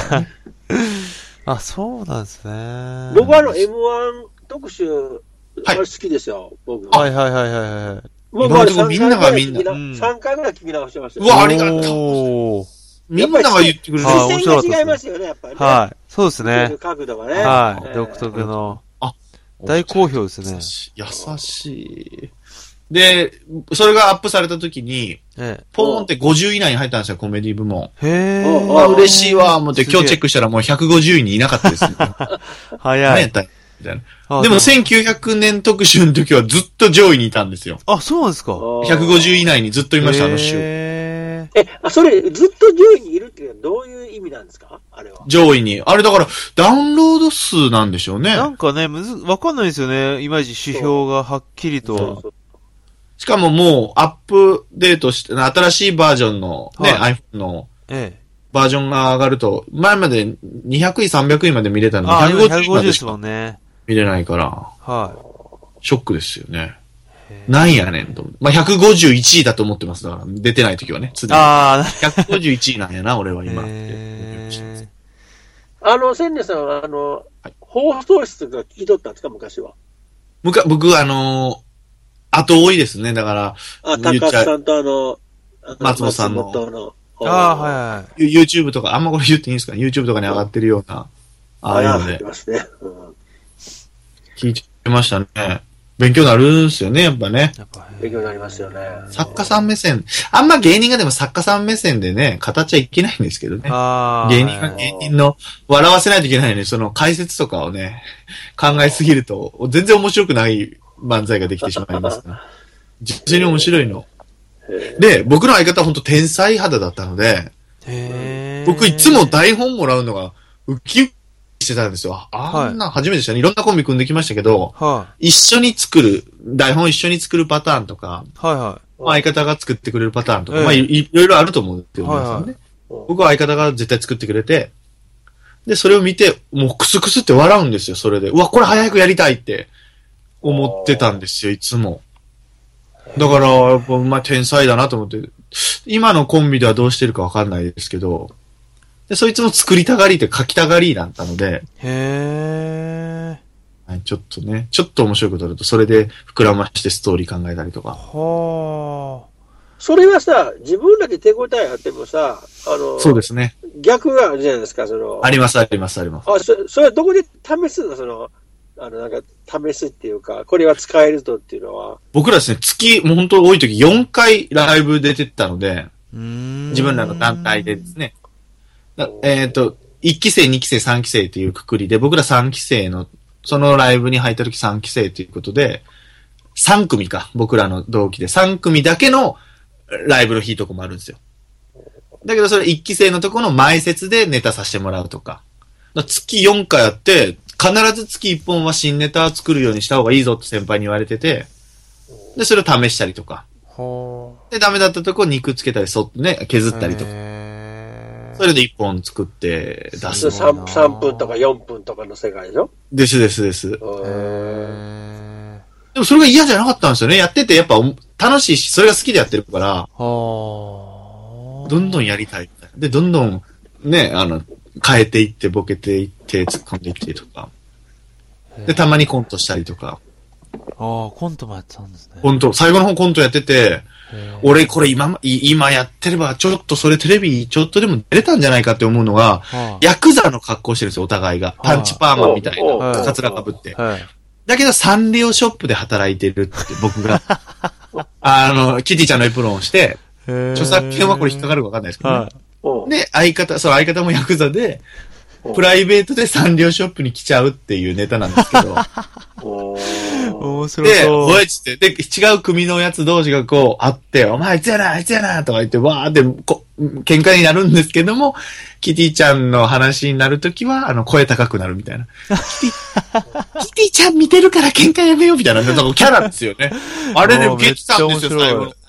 そうなんですね。 僕はM1 特集、あれ好きですよ、僕。 はい。 僕はみんな3回ぐらい聞き直してました。 うわ、ありがとう。みんなが言ってくれる。 視線が違いますよね、やっぱりね。 はい。そうですね。 角度がね。 はい。独特の。大好評ですね。 優しい。で、それがアップされた時に、ポーンって50位以内に入ったんですよ、コメディ部門。 へー。 嬉しいわ、思って今日チェックしたらもう150位にいなかったですね。 早い。 何やったみたいな。でも1900年特集の時はずっと上位にいたんですよ。 そうなんですか。 150位以内にずっといました、あの週。 それずっと上位にいるっていうのはどういう意味なんですか？あれは。 上位に。あれだからダウンロード数なんでしょうね。 なんかね、わかんないですよね。いまいち指標がはっきりと。 しかももうアップデートして、新しいバージョンのね、iPhone のバージョンが上がると、前まで200位、300位まで見れたのに150位までしか見れないから、ショックですよね。なんやねんと。151位だと思ってます。だから、出てない時はね。151位なんやな、俺は今。 千年さんは、放送室が聞き取ったんですか、昔は。 僕、後多いですね。だから、 高橋さんと松本さんの。 はい。 YouTube とか、あんまこれ言っていいんですか？ YouTube とかに上がってるような、ああいうので。聞いてましたね。勉強になるんすよね、やっぱね。 勉強になりますよね。 作家さん目線。あんま芸人がでも作家さん目線でね、語っちゃいけないんですけどね。芸人が芸人の笑わせないといけないのに、その解説とかをね、考えすぎると、全然面白くない漫才ができてしまいますから。実際に面白いの。で、僕の相方は本当天才肌だったので、僕いつも台本もらうのがウキウキしてたんですよ。あんな初めてしたね。いろんなコンビ組んできましたけど、一緒に作る、台本一緒に作るパターンとか、相方が作ってくれるパターンとか、いろいろあると思うんですよね。僕は相方が絶対作ってくれて、で、それを見て、もうクスクスって笑うんですよ、それで。うわ、これ早くやりたいって思ってたんですよ、いつも。だから、やっぱ、天才だなと思って。 今のコンビではどうしてるかわかんないですけど、で、そいつも作りたがりって書きたがりだったので、 へー。はい、ちょっとね、ちょっと面白いことあると、それで膨らましてストーリー考えたりとか。 はあ。 それはさ、自分らで手応えあってもさ、 そうですね。 逆があるじゃないですか、 あります、あります、あります。 それはどこで試すのなんか、試すっていうか、これは使えるとっていうのは。 僕らですね、もう本当多い時4回ライブ出てったので、自分らの団体でですね。1期生、2期生、3期生っていうくくりで、僕ら3期生の、そのライブに入った時3期生ということで、3組か、僕らの同期で3組だけのライブの日とかもあるんですよ。だけどそれ1期生のとこの前説でネタさせてもらうとか。月4回あって、必ず月1本は新ネタ作るようにした方がいいぞって先輩に言われてて、で、それを試したりとか。で、ダメだったとこ肉つけたり、ね、削ったりとか。それで1本作って出す。 3分とか4分とかの世界でしょ？ です。でもそれが嫌じゃなかったんですよね。やっててやっぱ楽しいし、それが好きでやってるから、どんどんやりたい。で、どんどんね、変えていって、ボケていって、突っ込んでいってとか。で、たまにコントしたりとか。 コントもやってたんですね。 最後の方コントやってて、俺これ今やってれば、ちょっとそれテレビちょっとでも出れたんじゃないかって思うのが、ヤクザの格好してるんですよ、お互いが。パンチパーマみたいな、カツラかぶって。だけどサンリオショップで働いてるって、僕が。キティちゃんのエプロンをして、著作権はこれ引っかかるかわかんないですけどね。で、相方もヤクザで、プライベートでサンリオショップに来ちゃうっていうネタなんですけど。 面白そう。 で、おいっつって、で、違う組のやつ同士がこう、会って、お前あいつやなとか言って、わーって、喧嘩になるんですけども、キティちゃんの話になるときは、声高くなるみたいな。キティちゃん見てるから喧嘩やめようみたいな、キャラですよね。あれで受けてたんですよ、最後の。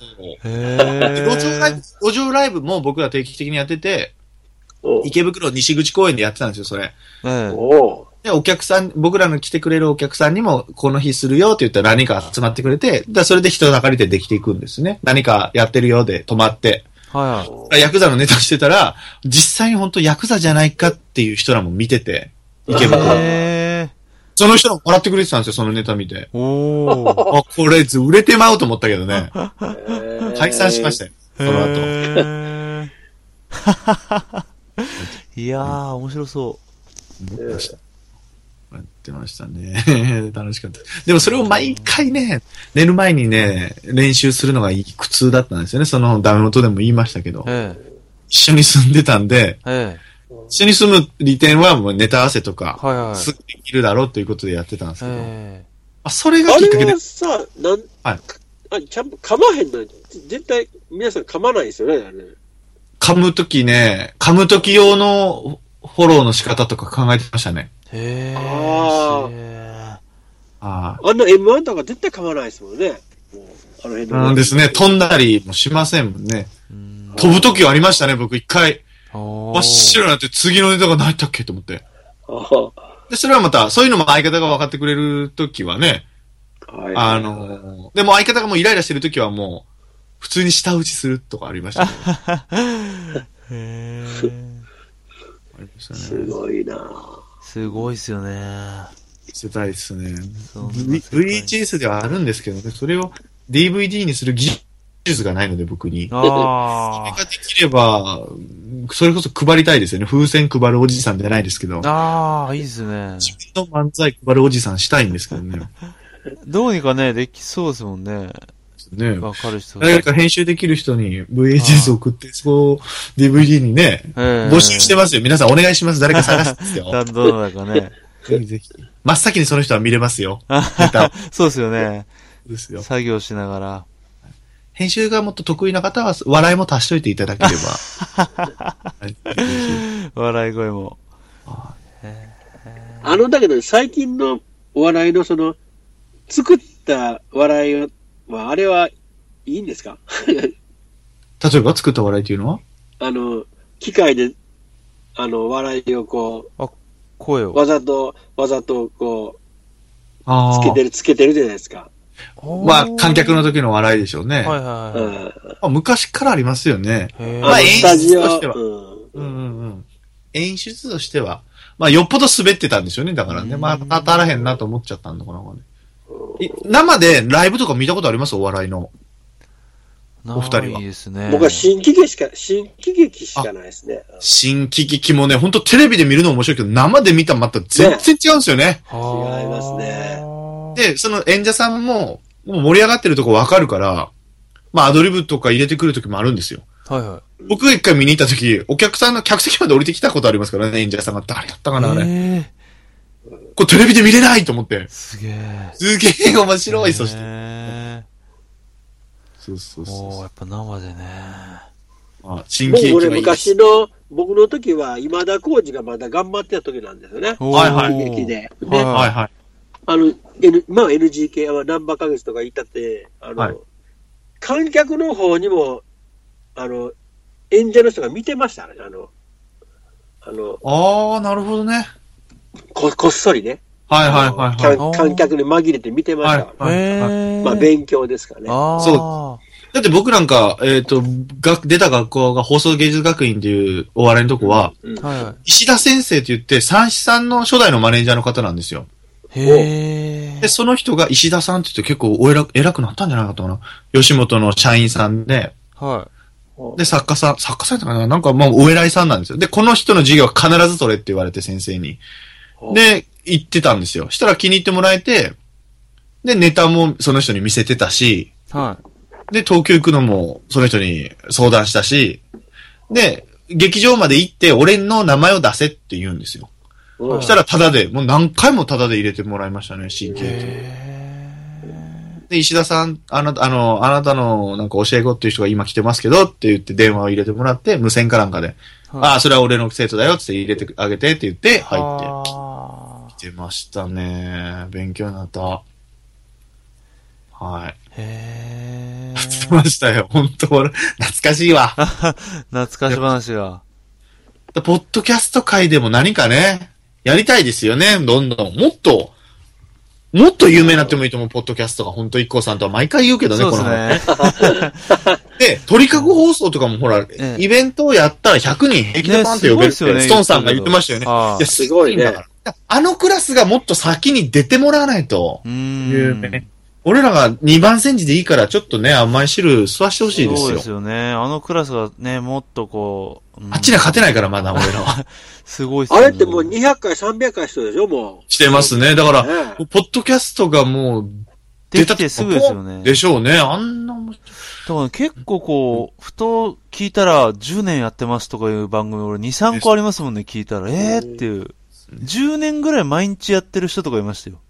路上ライブも僕ら定期的にやってて、池袋西口公園でやってたんですよ、それ。で、お客さん、僕らの来てくれるお客さんにも、この日するよって言ったら何か集まってくれて、それで人だかりでできていくんですね。何かやってるよで止まって。ヤクザのネタしてたら、実際に本当ヤクザじゃないかっていう人らも見てて、池袋。その人らも笑ってくれてたんですよ、そのネタ見て。これ売れてまうと思ったけどね。解散しましたよ、その後。 いやー、面白そう。 やってましたね。楽しかった。でもそれを毎回ね、寝る前にね、練習するのが苦痛だったんですよね。そのダメ元でも言いましたけど。一緒に住んでたんで、一緒に住む利点はもうネタ合わせとか、すぐできるだろうということでやってたんですけど。それがきっかけで。 あれはさ、ちゃんと噛まへんのに、絶対皆さん噛まないですよね、 噛むとき用のフォローの仕方とか考えてましたね。 M1 とか絶対噛まないですもんね。あの辺の。 ですね。飛んだりもしませんもんね。飛ぶときはありましたね、僕一回。真っ白になって次のネタが何やったっけと思って。で、それはまた、そういうのも相方が分かってくれるときはね。でも相方がもうイライラしてるときはもう、普通に舌打ちするとかありましたね。 すごいなすごいっすよね。 世代ですね。VHS ではあるんですけどね、それを DVD にする技術がないので僕に。それができれば、それこそ配りたいですよね。風船配るおじさんじゃないですけど。 いいですね。 自分の漫才配るおじさんしたいんですけどね。 どうにかね、できそうですもんね。わかる人。 誰か編集できる人に VHS 送って、そう、DVD にね、募集してますよ。皆さんお願いします。誰か探すんですよ。 どうだかね。 ぜひぜひ。真っ先にその人は見れますよ。 そうですよね。 ですよ。 作業しながら。 編集がもっと得意な方は、笑いも足しといていただければ。 笑い声も。 だけど最近のお笑いの作った笑いは、あれはいいんですか？ 例えば作った笑いっていうのは機械で、笑いをこう、 声を。 わざとこう、つけてるじゃないですか。 まあ、観客の時の笑いでしょうね。 はいはい。 昔からありますよね。まあ、演出としては。演出としては。まあ、よっぽど滑ってたんでしょうね。だからね。まあ、当たらへんなと思っちゃったんだ、この子ね。生でライブとか見たことあります？お笑いの。お二人は。 ないですね。 僕は新喜劇しかないですね。 新喜劇もね、ほんとテレビで見るの面白いけど、生で見たらまた全然違うんですよね。 違いますね。 で、その演者さんも盛り上がってるとこわかるから、まあアドリブとか入れてくるときもあるんですよ。 はいはい。 僕が一回見に行ったとき、お客さんの客席まで降りてきたことありますからね、演者さんが。誰だったかな、あれ。これテレビで見れないと思って。 すげえ面白い、そして。そう。 やっぱ生でね。 新喜劇がいい。昔の、僕の時は今田耕司がまだ頑張ってた時なんですよね。新喜劇で。 はいはい。 今は NGK はナンバー花月とか言ったって、観客の方にも、演者の人が見てましたね。 なるほどね。 こっそりね。 はい。 観客に紛れて見てましたからね。まあ、勉強ですかね。 そう。だって僕なんか、出た学校が放送芸術学院っていうお笑いのとこは、石田先生って言って、三枝さんの初代のマネージャーの方なんですよ。で、その人が石田さんって言って結構偉くなったんじゃないかと思うな。吉本の社員さんで、で、作家さんだったかな、なんかもうお偉いさんなんですよ。で、この人の授業は必ず取れって言われて先生に。で、行ってたんですよ。したら気に入ってもらえて、で、ネタもその人に見せてたし、で、東京行くのもその人に相談したし、で、劇場まで行って俺の名前を出せって言うんですよ。そしたらタダで、もう何回もタダで入れてもらいましたね、新喜劇。で、石田さん、あなたのなんか教え子っていう人が今来てますけどって言って電話を入れてもらって、無線かなんかで、それは俺の生徒だよって入れてあげてって言って入って。来てましたね。勉強になった。はい。やってましたよ。本当懐かしいわ。 懐かし話が。 ポッドキャスト界でも何かね、やりたいですよね。どんどん。もっと有名になってもいいと思う、ポッドキャストが。本当IKKOさんとは毎回言うけどね、 このね。 で、鳥かご放送とかもほら、イベントをやったら100人平気でパンって呼べるって、ストーンさんが言ってましたよね。いや、すごいね。あのクラスがもっと先に出てもらわないと。俺らが2番煎じでいいから、ちょっとね、甘い汁吸わしてほしいですよ。 そうですよね。あのクラスがね、もっとこう。 あっちには勝てないから、まだ俺らは。 すごいっすね。 あれってもう200回、300回してるでしょ、もう。 してますね。だから、ポッドキャストがもう、 出てすぐですよね。 でしょうね。あんな面白い。 だから結構こう、ふと聞いたら10年やってますとかいう番組俺2、3個ありますもんね、聞いたら。っていう。10年ぐらい毎日やってる人とかいましたよ。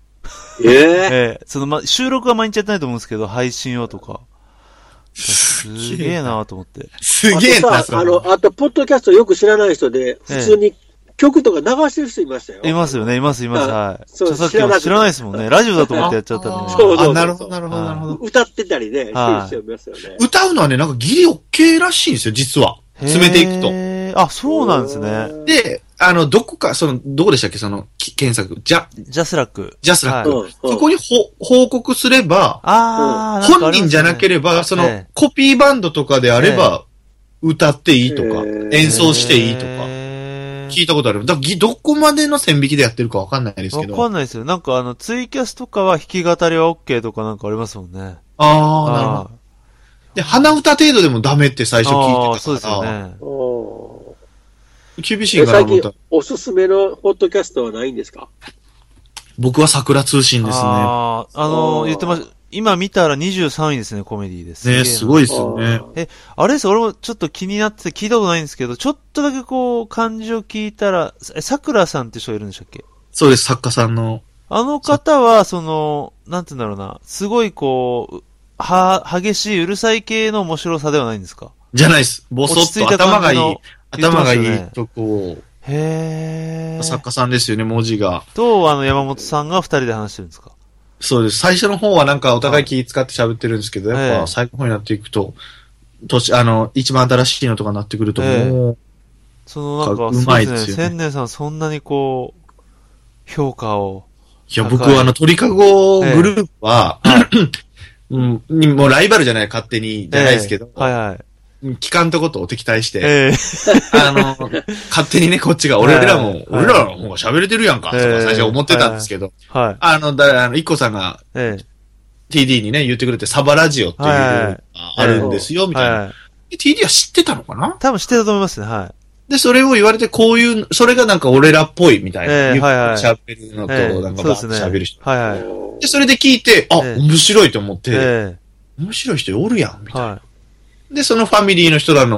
収録は毎日やってないと思うんですけど、配信をとか。すげえなと思って。 すげえな。 あと、ポッドキャストよく知らない人で、普通に曲とか流してる人いましたよ。 いますよね、います。はい。著作権は知らないですもんね。ラジオだと思ってやっちゃったんで。 そう。 なるほど。 歌ってたりね、してる人いますよね。 歌うのはね、なんかギリ OK らしいんですよ、実は。詰めていくと。 そうなんですね。 で、どこでしたっけ、検索。ジャスラック。そこに報告すれば、本人じゃなければ、コピーバンドとかであれば、歌っていいとか、演奏していいとか、聞いたことある。だからどこまでの線引きでやってるかわかんないですけど。 わかんないですよ。なんかツイキャスとかは弾き語りは OK とかなんかありますもんね。なるほど。で、鼻歌程度でもダメって最初聞いてたから。 そうですよね。 厳しいかなと思った。 最近おすすめのポッドキャストはないんですか？ 僕は桜通信ですね。 言ってました。今見たら23位ですね、コメディです。 ね、すごいですよね。 あれです、俺もちょっと気になってて聞いたことないんですけど、ちょっとだけこう、漢字を聞いたら、桜さんって人いるんでしたっけ？ そうです、作家さんの。 あの方は、なんて言うんだろうな、すごいこう、激しい、うるさい系の面白さではないんですか？ じゃないです。ボソッと頭がいいとこを。作家さんですよね、文字が。 山本さんが二人で話してるんですか？ そうです。最初の方はなんかお互い気使って喋ってるんですけど、やっぱ最後の方になっていくと、一番新しいのとかになってくると、もう、なんか、うまいですよね。千年さんそんなにこう、評価をいや、僕は鳥かごグループは、もうライバルじゃない、勝手に、じゃないですけど、聞かんとことを敵対して、勝手にね、こっちが、俺らの方が喋れてるやんか、とか最初思ってたんですけど、一個さんが、TD にね、言ってくれて、サバラジオっていうのがあるんですよ、みたいな。TD は知ってたのかな？ 多分知ってたと思いますね、はい。 で、それを言われて、こういう、それがなんか俺らっぽいみたいな。喋るのと、なんかバーッと喋る人。で、それで聞いて、面白いと思って、面白い人おるやん、みたいな。で、そのファミリーの人らの